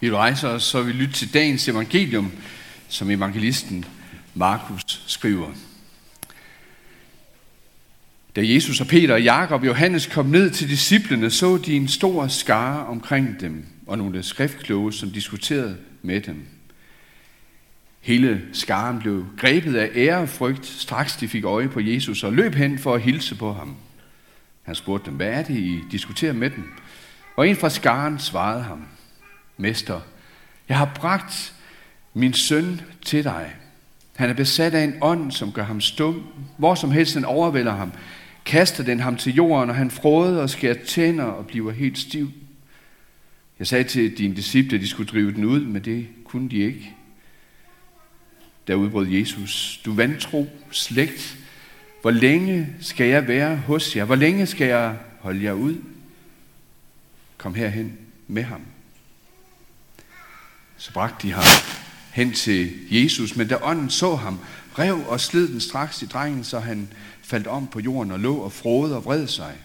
Vi rejser os, så vi lytter til dagens evangelium, som evangelisten Markus skriver. Da Jesus og Peter og Jakob og Johannes kom ned til disciplene, så de en stor skare omkring dem, og nogle skriftkloge, som diskuterede med dem. Hele skaren blev grebet af ærefrygt, straks de fik øje på Jesus og løb hen for at hilse på ham. Han spurgte dem, hvad er det, I diskuterer med dem? Og en fra skaren svarede ham, Mester, jeg har bragt min søn til dig. Han er besat af en ånd, som gør ham stum. Hvor som helst den overvælder ham, kaster den ham til jorden, og han fråder og skærer tænder og bliver helt stiv. Jeg sagde til dine disciple, at de skulle drive den ud, men det kunne de ikke. Der udbrød Jesus, du vantro slægt, hvor længe skal jeg være hos jer? Hvor længe skal jeg holde jer ud? Kom herhen med ham. Så bragte de ham hen til Jesus, men da ånden så ham, rev og slid den straks i drengen, så han faldt om på jorden og lå og frådede og vred sig.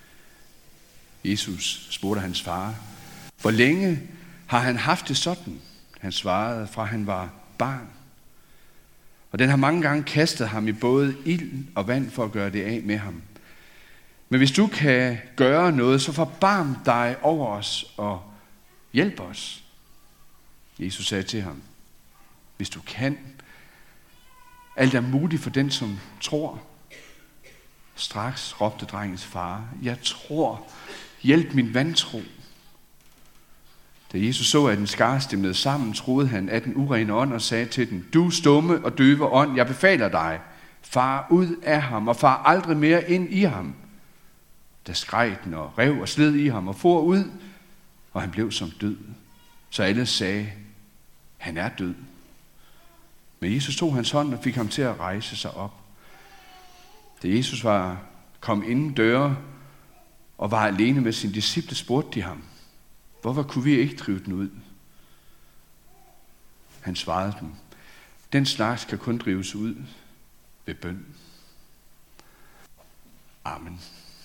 Jesus spurgte hans far, hvor længe har han haft det sådan? Han svarede, fra han var barn. Og den har mange gange kastet ham i både ild og vand for at gøre det af med ham. Men hvis du kan gøre noget, så forbarm dig over os og hjælp os. Jesus sagde til ham, hvis du kan, alt er muligt for den, som tror. Straks råbte drengens far, jeg tror, hjælp min vantro. Da Jesus så, at den skare stemlede sammen, troede han af den urene ånd og sagde til den, du stumme og døve ånd, jeg befaler dig, far ud af ham og far aldrig mere ind i ham. Da skreg den og rev og sled i ham og for ud, og han blev som død. Så alle sagde, han er død. Men Jesus tog hans hånd og fik ham til at rejse sig op. Da Jesus kom inden døre og var alene med sine disciple, spurgte de ham, hvorfor kunne vi ikke drive den ud? Han svarede dem, den slags kan kun drives ud ved bøn. Amen.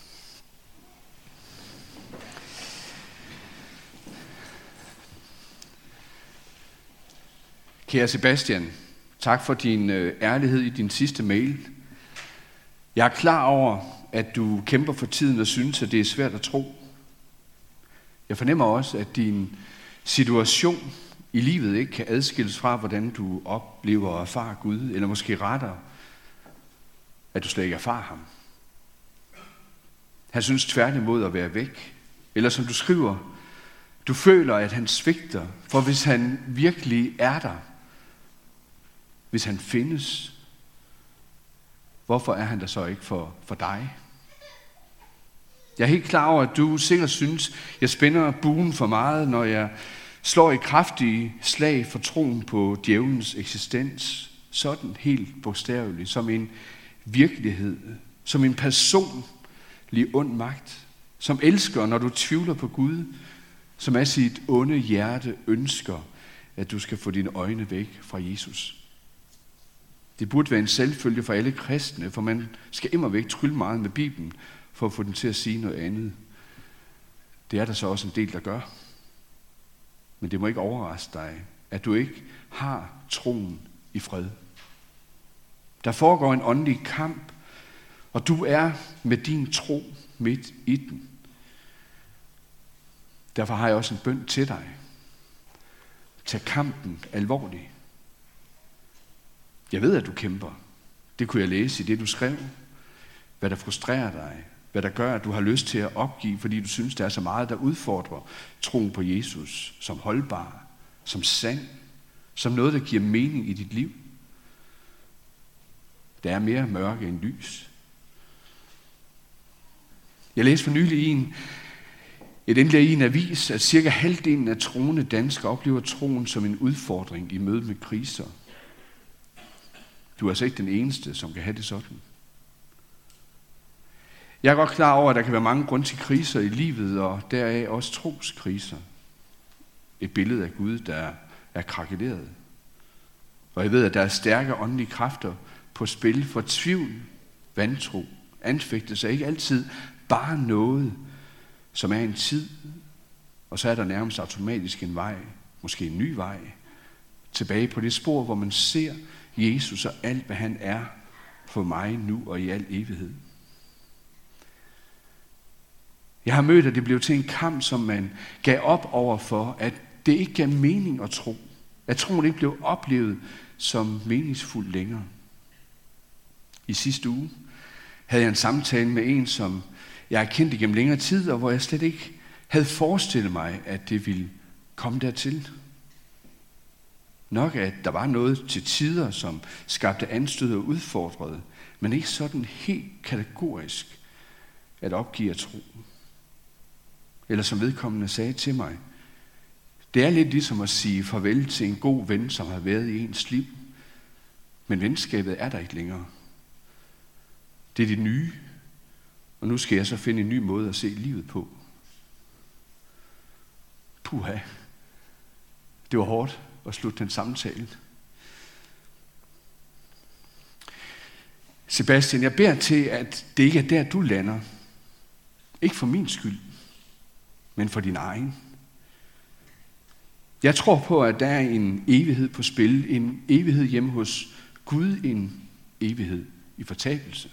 Kære Sebastian, tak for din ærlighed i din sidste mail. Jeg er klar over, at du kæmper for tiden og synes, at det er svært at tro. Jeg fornemmer også, at din situation i livet ikke kan adskilles fra, hvordan du oplever og erfarer Gud, eller måske retter, at du slet ikke erfarer ham. Han synes tværtimod at være væk. Eller som du skriver, du føler, at han svigter, for hvis han virkelig er der, hvis han findes, hvorfor er han der så ikke for dig? Jeg er helt klar over, at du sikkert synes, jeg spænder buen for meget, når jeg slår i kraftige slag for troen på djævelens eksistens, sådan helt bogstaveligt, som en virkelighed, som en personlig ond magt, som elsker, når du tvivler på Gud, som af sit onde hjerte ønsker, at du skal få dine øjne væk fra Jesus. Det burde være en selvfølge for alle kristne, for man skal immervæk trylle meget med Bibelen, for at få den til at sige noget andet. Det er der så også en del, der gør. Men det må ikke overraske dig, at du ikke har troen i fred. Der foregår en åndelig kamp, og du er med din tro midt i den. Derfor har jeg også en bøn til dig. Tag kampen alvorligt. Jeg ved, at du kæmper. Det kunne jeg læse i det, du skrev. Hvad der frustrerer dig. Hvad der gør, at du har lyst til at opgive, fordi du synes, der er så meget, der udfordrer troen på Jesus som holdbar, som sand, som noget, der giver mening i dit liv. Der er mere mørke end lys. Jeg læste for nylig et indlæg i en avis, at cirka halvdelen af troende danskere oplever troen som en udfordring i møde med kriser. Du er altså ikke den eneste, som kan have det sådan. Jeg er godt klar over, at der kan være mange grunde til kriser i livet, og deraf også troskriser. Et billede af Gud, der er krakeleret. Og jeg ved, at der er stærke åndelige kræfter på spil for tvivl, vantro, anfægtelse er ikke altid bare noget, som er en tid, og så er der nærmest automatisk en vej måske en ny vej, tilbage på det spor, hvor man ser Jesus og alt, hvad han er for mig nu og i al evighed. Jeg har mødt, at det blev til en kamp, som man gav op over for, at det ikke gav mening at tro. At troen ikke blev oplevet som meningsfuld længere. I sidste uge havde jeg en samtale med en, som jeg har kendt igennem længere tid, og hvor jeg slet ikke havde forestillet mig, at det ville komme dertil. Nok at der var noget til tider, som skabte anstød og udfordrede, men ikke sådan helt kategorisk at opgive at tro. Eller som vedkommende sagde til mig, det er lidt ligesom at sige farvel til en god ven, som har været i ens liv, men venskabet er der ikke længere. Det er det nye, og nu skal jeg så finde en ny måde at se livet på. Puha, det var hårdt at slutte den samtale. Sebastian, jeg beder til, at det ikke er der, du lander. Ikke for min skyld, men for din egen. Jeg tror på, at der er en evighed på spil, en evighed hjemme hos Gud, en evighed i fortabelse.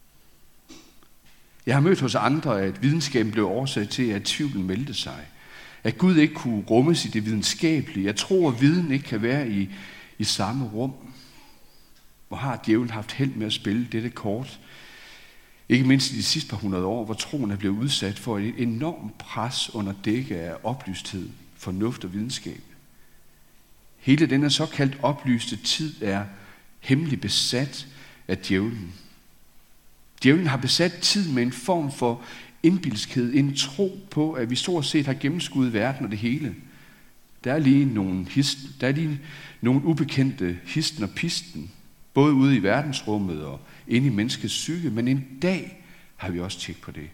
Jeg har mødt hos andre, at videnskaben blev årsag til, at tvivlen meldte sig. At Gud ikke kunne rummes i det videnskabelige. Jeg tror, at viden ikke kan være i samme rum. Hvor har djævlen haft held med at spille dette kort? Ikke mindst i de sidste par 100 år, hvor troen er blevet udsat for et enormt pres under dække af oplysthed, fornuft og videnskab. Hele denne såkaldt oplyste tid er hemmeligt besat af djævlen. Djævlen har besat tid med en form for indbilskhed, en tro på, at vi stort set har gennemskuet verden og det hele. Der er lige nogle ubekendte histen og pisten, både ude i verdensrummet og inde i menneskets psyke, men en dag har vi også tjek på det.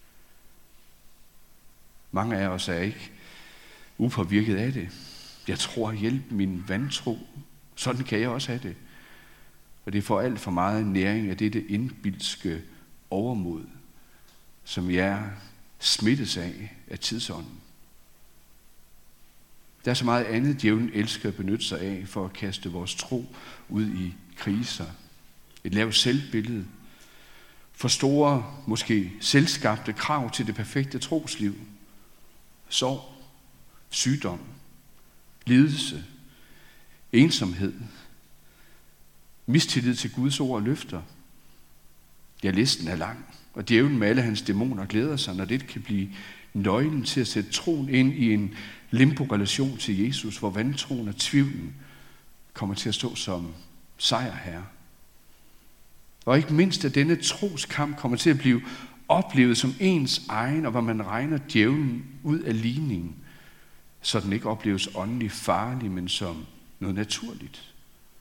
Mange af os er ikke upåvirket af det. Jeg tror, hjælp min vantro. Sådan kan jeg også have det. Og det får alt for meget næring af dette indbilske overmod, som jeg smittes af tidsånden. Der er så meget andet, djævlen elsker at benytte sig af for at kaste vores tro ud i kriser. Et lavt selvbillede. For store, måske selvskabte krav til det perfekte trosliv. Sorg, sygdom, lidelse, ensomhed, mistillid til Guds ord og løfter. Ja, listen er lang, og djævlen med alle hans dæmoner glæder sig, når det kan blive nøglen til at sætte troen ind i en limbo-relation til Jesus, hvor vantroen og tvivlen kommer til at stå som sejrherre. Og ikke mindst, at denne troskamp kommer til at blive oplevet som ens egen, og hvor man regner djævlen ud af ligningen, så den ikke opleves åndelig farlig, men som noget naturligt.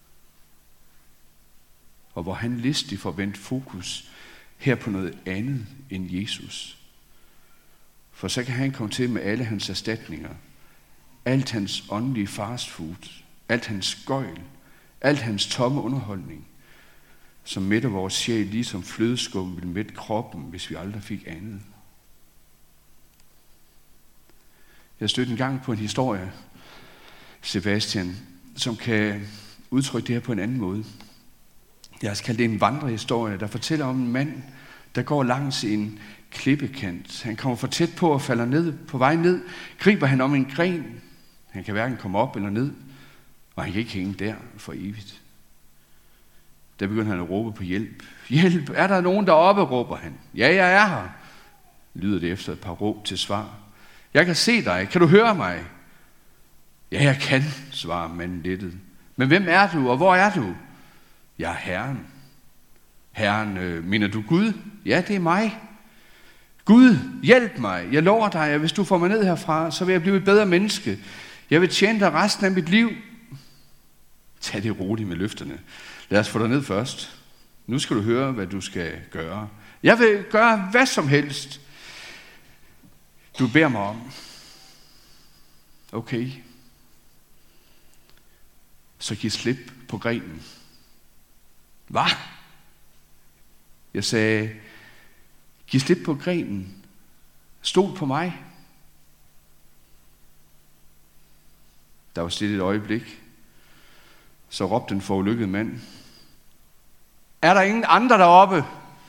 Og hvor han listigt får vendt fokus her på noget andet end Jesus. For så kan han komme til med alle hans erstatninger, alt hans åndelige fastfood, alt hans gøjl, alt hans tomme underholdning, som mætter vores sjæl, ligesom flødeskum vil mætte kroppen, hvis vi aldrig fik andet. Jeg stødte en gang på en historie, Sebastian, som kan udtrykke det her på en anden måde. Jeg har kaldt det en vandrehistorie, der fortæller om en mand, der går langs en klippekant. Han kommer for tæt på og falder ned. På vej ned griber han om en gren. Han kan hverken komme op eller ned, og han kan ikke hænge der for evigt. Der begynder han at råbe på hjælp. Hjælp! Er der nogen deroppe, råber han. Ja, jeg er her, lyder det efter et par råb til svar. Jeg kan se dig. Kan du høre mig? Ja, jeg kan, svarer manden lettet. Men hvem er du, og hvor er du? Jeg er Herren. Herren, mener du Gud? Ja, det er mig. Gud, hjælp mig. Jeg lover dig, at hvis du får mig ned herfra, så vil jeg blive et bedre menneske. Jeg vil tjene dig resten af mit liv. Tag det roligt med løfterne. Lad os få dig ned først. Nu skal du høre, hvad du skal gøre. Jeg vil gøre hvad som helst, du beder mig om. Okay. Så giv slip på grenen. Hvad? Jeg sagde, giv slip på grenen. Stol på mig. Der var stille et øjeblik. Så råbte den forulykkede mand: er der ingen andre deroppe?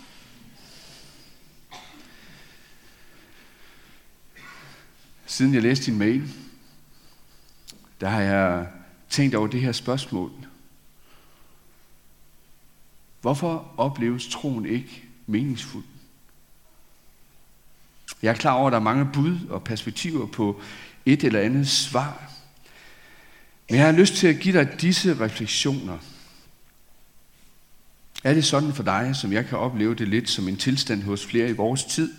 Siden jeg læste din mail, der har jeg tænkt over det her spørgsmål. Hvorfor opleves troen ikke meningsfuld? Jeg er klar over, at der er mange bud og perspektiver på et eller andet svar. Men jeg har lyst til at give dig disse refleksioner. Er det sådan for dig, som jeg kan opleve det lidt som en tilstand hos flere i vores tid,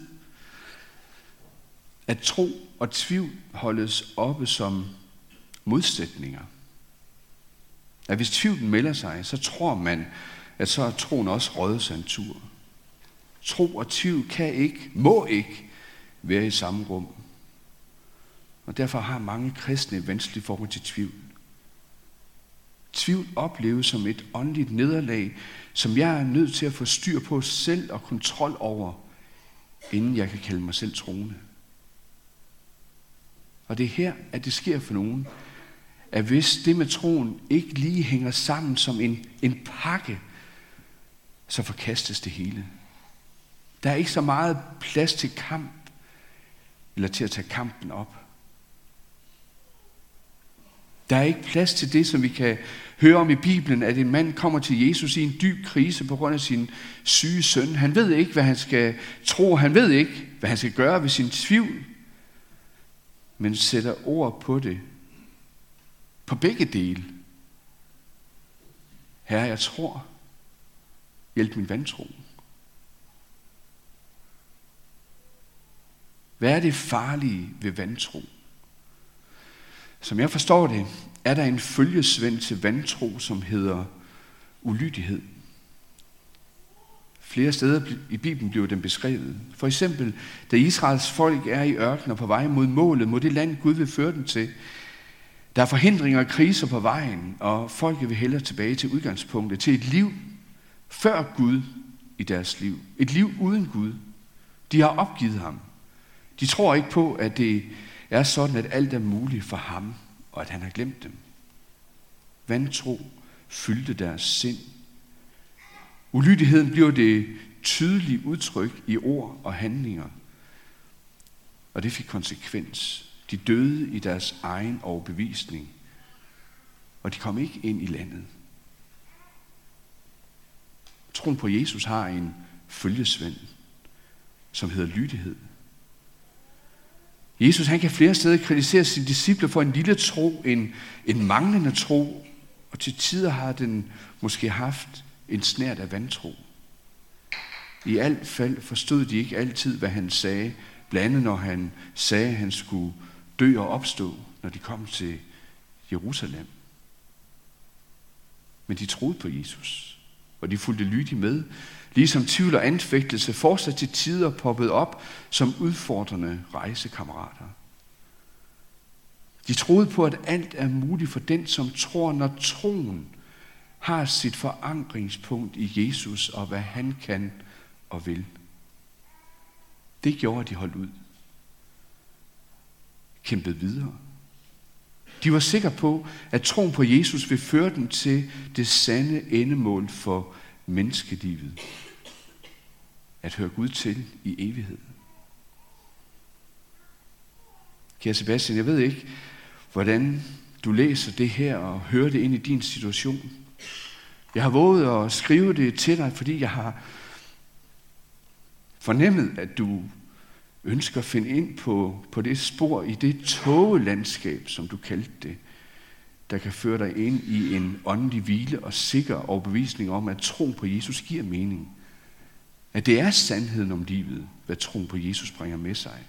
at tro og tvivl holdes oppe som modsætninger? At hvis tvivlen melder sig, så tror man, at så er troen også røget sig en tur. Tro og tvivl kan ikke, må ikke være i samme rum. Og derfor har mange kristne vanskeligt forhold til tvivl. Tvivl opleves som et åndeligt nederlag, som jeg er nødt til at få styr på selv og kontrol over, inden jeg kan kalde mig selv troende. Og det er her, at det sker for nogen, at hvis det med troen ikke lige hænger sammen som en pakke, så forkastes det hele. Der er ikke så meget plads til kamp, eller til at tage kampen op. Der er ikke plads til det, som vi kan høre om i Bibelen, at en mand kommer til Jesus i en dyb krise på grund af sin syge søn. Han ved ikke, hvad han skal tro. Han ved ikke, hvad han skal gøre ved sin tvivl. Men sætter ord på det. På begge dele. Herre, jeg tror. Hjælp min vantro. Hvad er det farlige ved vantro? Som jeg forstår det, er der en følgesvend til vantro, som hedder ulydighed. Flere steder i Bibelen bliver den beskrevet. For eksempel, da Israels folk er i ørkenen og på vej mod målet, mod det land, Gud vil føre dem til. Der er forhindringer og kriser på vejen, og folket vil hellere tilbage til udgangspunktet, til et liv før Gud i deres liv. Et liv uden Gud. De har opgivet ham. De tror ikke på, at det er sådan, at alt er muligt for ham, og at han har glemt dem. Vantro fyldte deres sind. Ulydigheden bliver det tydelige udtryk i ord og handlinger. Og det fik konsekvens. De døde i deres egen overbevisning, og de kom ikke ind i landet. Troen på Jesus har en følgesvend, som hedder lydighed. Jesus, han kan flere steder kritisere sine disciple for en lille tro, en manglende tro, og til tider har den måske haft en snert af vantro. I alt fald forstod de ikke altid, hvad han sagde, blandt andet når han sagde, at han skulle dø og opstå, når de kom til Jerusalem. Men de troede på Jesus, og de fulgte lydigt med, ligesom tvivl og anfægtelse fortsat til tider poppede op som udfordrende rejsekammerater. De troede på, at alt er muligt for den, som tror, når troen har sit forankringspunkt i Jesus og hvad han kan og vil. Det gjorde, at de holdt ud. Kæmpede videre. De var sikre på, at troen på Jesus vil føre dem til det sande endemål for menneskelivet. At høre Gud til i evighed. Kære Sebastian, jeg ved ikke, hvordan du læser det her og hører det ind i din situation. Jeg har våget at skrive det til dig, fordi jeg har fornemmet, at du ønsker at finde ind på det spor i det tågelandskab, som du kaldte det, der kan føre dig ind i en åndelig hvile og sikker overbevisning om, at troen på Jesus giver mening. At det er sandheden om livet, hvad troen på Jesus bringer med sig.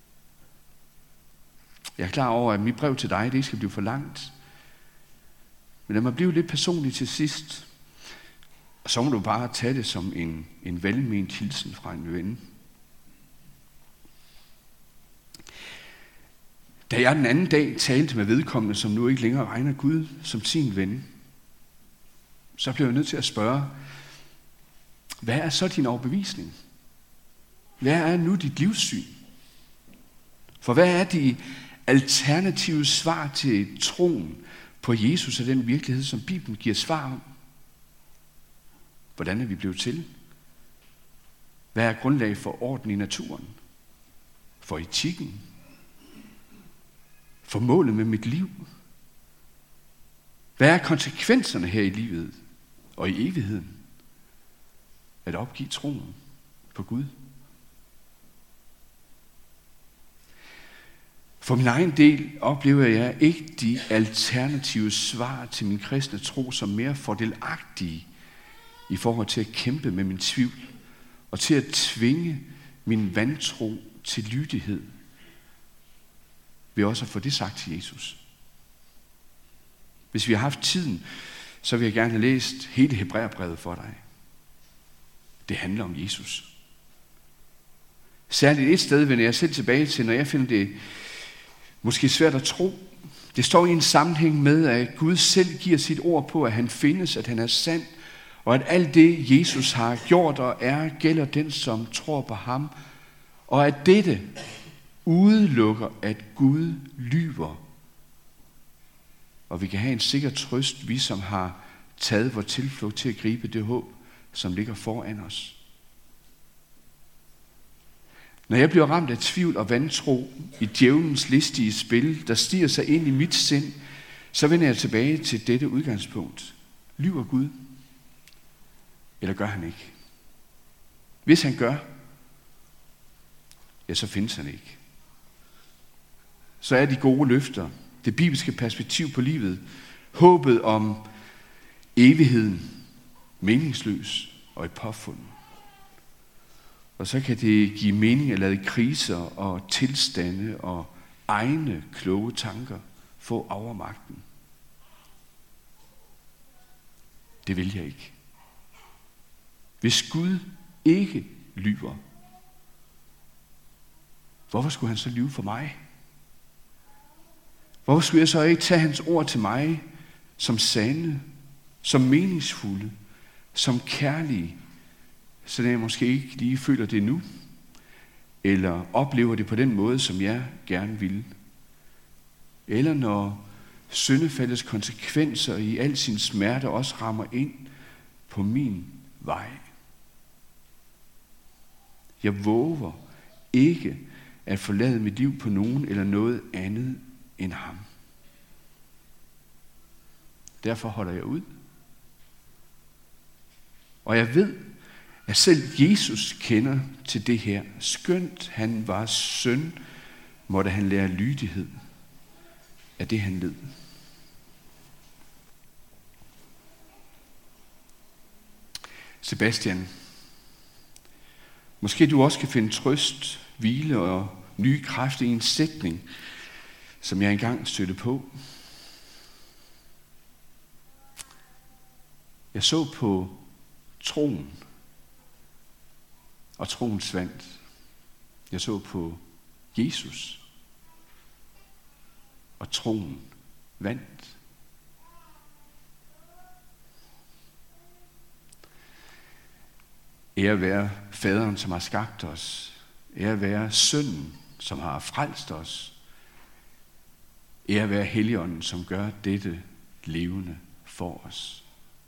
Jeg er klar over, at mit brev til dig, det ikke skal blive for langt. Men lad mig blive lidt personlig til sidst. Og så må du bare tage det som en velment hilsen fra en ven. Da jeg den anden dag talte med vedkommende, som nu ikke længere regner Gud som sin ven, så blev jeg nødt til at spørge, hvad er så din overbevisning? Hvad er nu dit livssyn? For hvad er de alternative svar til troen på Jesus og den virkelighed, som Bibelen giver svar om. Hvordan er vi blevet til? Hvad er grundlag for orden i naturen? For etikken? For målet med mit liv? Hvad er konsekvenserne her i livet og i evigheden? At opgive troen på Gud? For min egen del oplever jeg ikke de alternative svar til min kristne tro som mere fordelagtige i forhold til at kæmpe med min tvivl og til at tvinge min vantro til lydighed ved også at få det sagt til Jesus. Hvis vi har haft tiden, så vil jeg gerne have læst hele Hebræerbrevet for dig. Det handler om Jesus. Særligt et sted vender jeg selv tilbage til, når jeg finder det måske svært at tro. Det står i en sammenhæng med, at Gud selv giver sit ord på, at han findes, at han er sand, og at alt det, Jesus har gjort og er, gælder den, som tror på ham, og at dette udelukker, at Gud lyver. Og vi kan have en sikker trøst, vi som har taget vores tilflugt til at gribe det håb, som ligger foran os. Når jeg bliver ramt af tvivl og vantro i djævelens listige spil, der stiger sig ind i mit sind, så vender jeg tilbage til dette udgangspunkt. Lyver Gud? Eller gør han ikke? Hvis han gør, ja, så findes han ikke. Så er de gode løfter, det bibelske perspektiv på livet, håbet om evigheden, meningsløs og et påfund. Og så kan det give mening at lade kriser og tilstande og egne kloge tanker få overmagten. Det vil jeg ikke. Hvis Gud ikke lyver, hvorfor skulle han så lyve for mig? Hvorfor skulle jeg så ikke tage hans ord til mig som sande, som meningsfulde, som kærlige, så jeg måske ikke lige føler det nu, eller oplever det på den måde, som jeg gerne vil. Eller når syndefaldets konsekvenser i al sin smerte også rammer ind på min vej. Jeg våger ikke at forlade mit liv på nogen eller noget andet end ham. Derfor holder jeg ud. Og jeg ved, at selv Jesus kender til det her. Skønt han var søn, måtte han lære lydighed af det, han led. Sebastian, måske du også kan finde trøst, hvile og nye kræfter i en sætning, som jeg engang stødte på. Jeg så på troen, og troen svandt. Jeg så på Jesus, og troen vandt. Ære være faderen, som har skabt os. Ære være sønnen, som har frelst os. Ære være Helligånden, som gør dette levende for os.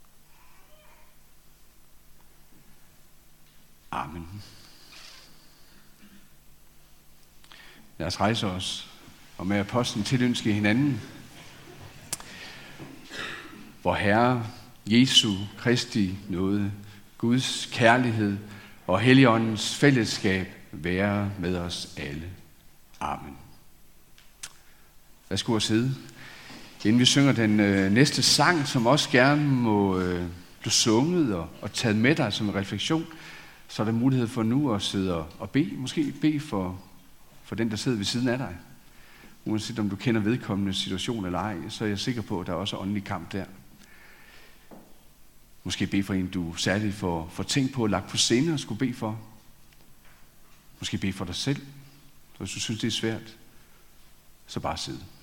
Amen. Lad os rejse os og med apostlen tilønske hinanden, vor Herre Jesu Kristi nåde, Guds kærlighed og Helligåndens fællesskab være med os alle. Amen. Værsgo at sidde. Inden vi synger den næste sang, som også gerne må blive sunget og taget med dig som en refleksion, så er der mulighed for nu at sidde og bede. Måske bede for den, der sidder ved siden af dig. Uanset om du kender vedkommende situation eller ej, så er jeg sikker på, at der også er åndelig kamp der. Måske bede for en, du særligt får tænkt på og lagt på sinde og skulle bede for. Måske bede for dig selv. Så hvis du synes, det er svært, så bare sidde.